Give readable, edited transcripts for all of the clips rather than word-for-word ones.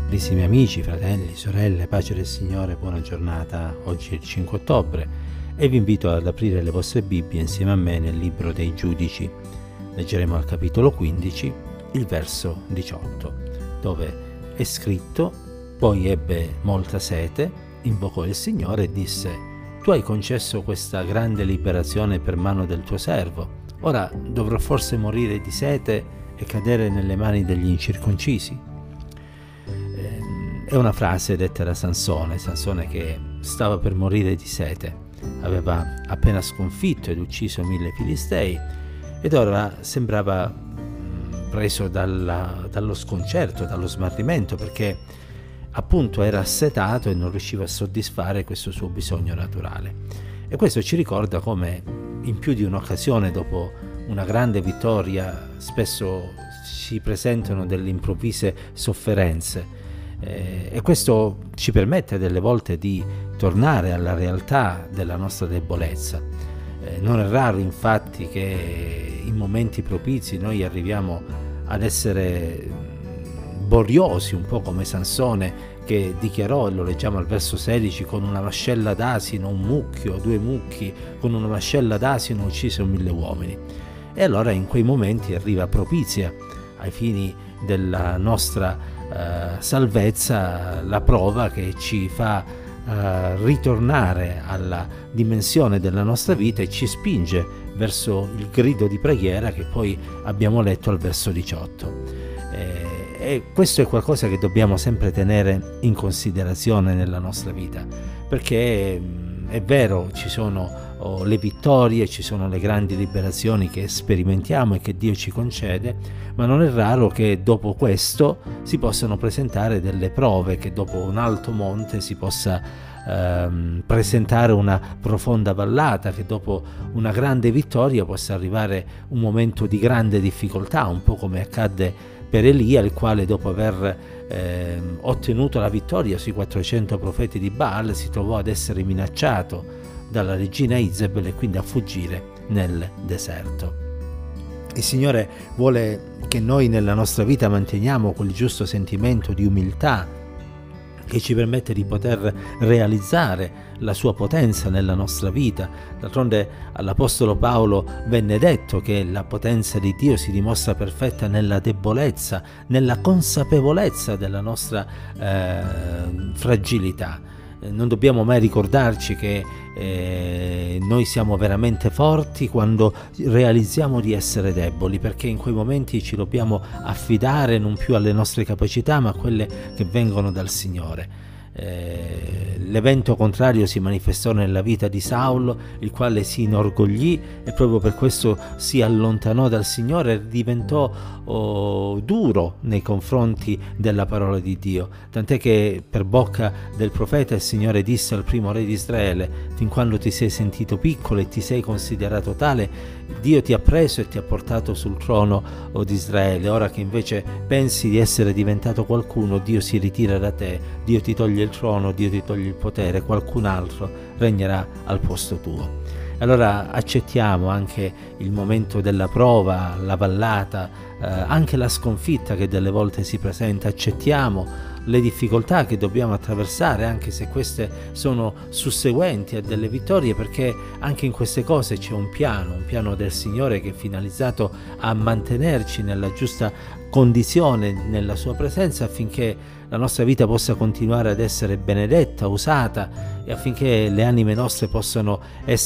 Carissimi amici, fratelli, sorelle, pace del Signore, buona giornata. Oggi è il 5 ottobre e vi invito ad aprire le vostre Bibbie insieme a me nel libro dei Giudici. Leggeremo al capitolo 15, il verso 18, dove è scritto: poi ebbe molta sete, invocò il Signore e disse: tu hai concesso questa grande liberazione per mano del tuo servo, ora dovrò forse morire di sete e cadere nelle mani degli incirconcisi? È una frase detta da Sansone che stava per morire di sete, aveva appena sconfitto ed ucciso 1000 filistei ed ora sembrava preso dallo sconcerto, dallo smarrimento, perché appunto era assetato e non riusciva a soddisfare questo suo bisogno naturale. E questo ci ricorda come in più di un'occasione, dopo una grande vittoria, spesso si presentano delle improvvise sofferenze. E questo ci permette delle volte di tornare alla realtà della nostra debolezza. Non è raro infatti che in momenti propizi noi arriviamo ad essere boriosi, un po' come Sansone, che dichiarò, e lo leggiamo al verso 16, con una mascella d'asino, un mucchio, 2 mucchi, con una mascella d'asino uccise 1000 uomini. E allora in quei momenti arriva propizia ai fini della nostra salvezza, la prova che ci fa ritornare alla dimensione della nostra vita e ci spinge verso il grido di preghiera che poi abbiamo letto al verso 18. E questo è qualcosa che dobbiamo sempre tenere in considerazione nella nostra vita, perché è vero, ci sono le vittorie, ci sono le grandi liberazioni che sperimentiamo e che Dio ci concede, ma non è raro che dopo questo si possano presentare delle prove, che dopo un alto monte si possa presentare una profonda vallata, che dopo una grande vittoria possa arrivare un momento di grande difficoltà, un po' come accadde per Elia, il quale dopo aver ottenuto la vittoria sui 400 profeti di Baal si trovò ad essere minacciato dalla regina Izebel e quindi a fuggire nel deserto. Il Signore vuole che noi nella nostra vita manteniamo quel giusto sentimento di umiltà che ci permette di poter realizzare la sua potenza nella nostra vita. D'altronde all'Apostolo Paolo venne detto che la potenza di Dio si dimostra perfetta nella debolezza, nella consapevolezza della nostra fragilità. Non dobbiamo mai ricordarci che noi siamo veramente forti quando realizziamo di essere deboli, perché in quei momenti ci dobbiamo affidare non più alle nostre capacità ma a quelle che vengono dal Signore. L'evento contrario si manifestò nella vita di Saulo, il quale si inorgoglì e proprio per questo si allontanò dal Signore e diventò duro nei confronti della parola di Dio, tant'è che per bocca del profeta il Signore disse al primo re di Israele: fin quando ti sei sentito piccolo e ti sei considerato tale, Dio ti ha preso e ti ha portato sul trono di Israele. Ora che invece pensi di essere diventato qualcuno, Dio si ritira da te, Dio ti toglie il trono, Dio ti toglie il potere, qualcun altro regnerà al posto tuo. Allora accettiamo anche il momento della prova, la vallata, anche la sconfitta che delle volte si presenta, accettiamo le difficoltà che dobbiamo attraversare, anche se queste sono susseguenti a delle vittorie, perché anche in queste cose c'è un piano del Signore che è finalizzato a mantenerci nella giusta condizione nella sua presenza, affinché la nostra vita possa continuare ad essere benedetta, usata, e affinché le anime nostre possano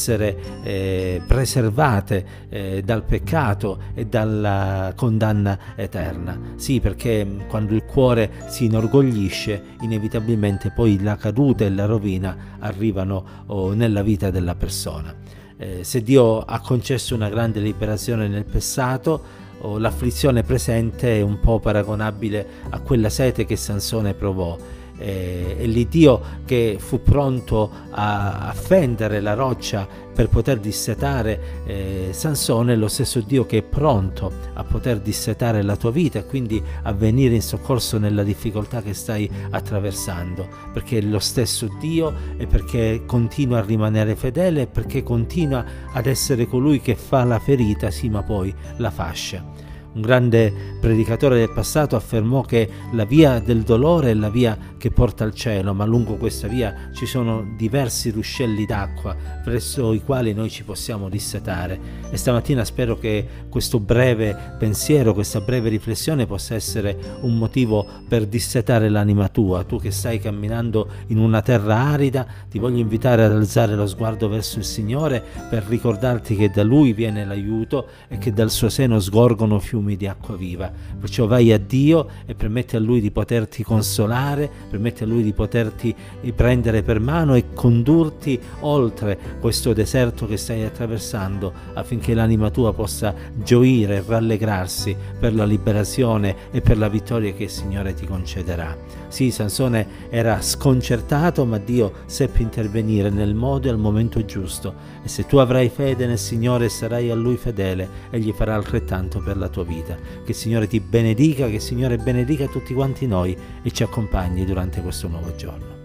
essere preservate dal peccato e dalla condanna eterna. Sì, perché quando il cuore si inorgoglisce, inevitabilmente poi la caduta e la rovina arrivano nella vita della persona. Se Dio ha concesso una grande liberazione nel passato, l'afflizione presente è un po' paragonabile a quella sete che Sansone provò, e l'Iddio che fu pronto a fendere la roccia per poter dissetare Sansone è lo stesso Dio che è pronto a poter dissetare la tua vita e quindi a venire in soccorso nella difficoltà che stai attraversando, perché è lo stesso Dio e perché continua a rimanere fedele e perché continua ad essere colui che fa la ferita, sì, ma poi la fascia. Un grande predicatore del passato affermò che la via del dolore è la via che porta al cielo, ma lungo questa via ci sono diversi ruscelli d'acqua presso i quali noi ci possiamo dissetare. E stamattina spero che questo breve pensiero, questa breve riflessione possa essere un motivo per dissetare l'anima tua. Tu che stai camminando in una terra arida, ti voglio invitare ad alzare lo sguardo verso il Signore per ricordarti che da Lui viene l'aiuto e che dal suo seno sgorgono fiumi di acqua viva. Perciò vai a Dio e permetti a Lui di poterti consolare, permetti a Lui di poterti prendere per mano e condurti oltre questo deserto che stai attraversando, affinché l'anima tua possa gioire e rallegrarsi per la liberazione e per la vittoria che il Signore ti concederà. Sì, Sansone era sconcertato, ma Dio seppe intervenire nel modo e al momento giusto, e se tu avrai fede nel Signore e sarai a Lui fedele, Egli farà altrettanto per la tua vita. Che il Signore ti benedica, che il Signore benedica tutti quanti noi e ci accompagni durante questo nuovo giorno.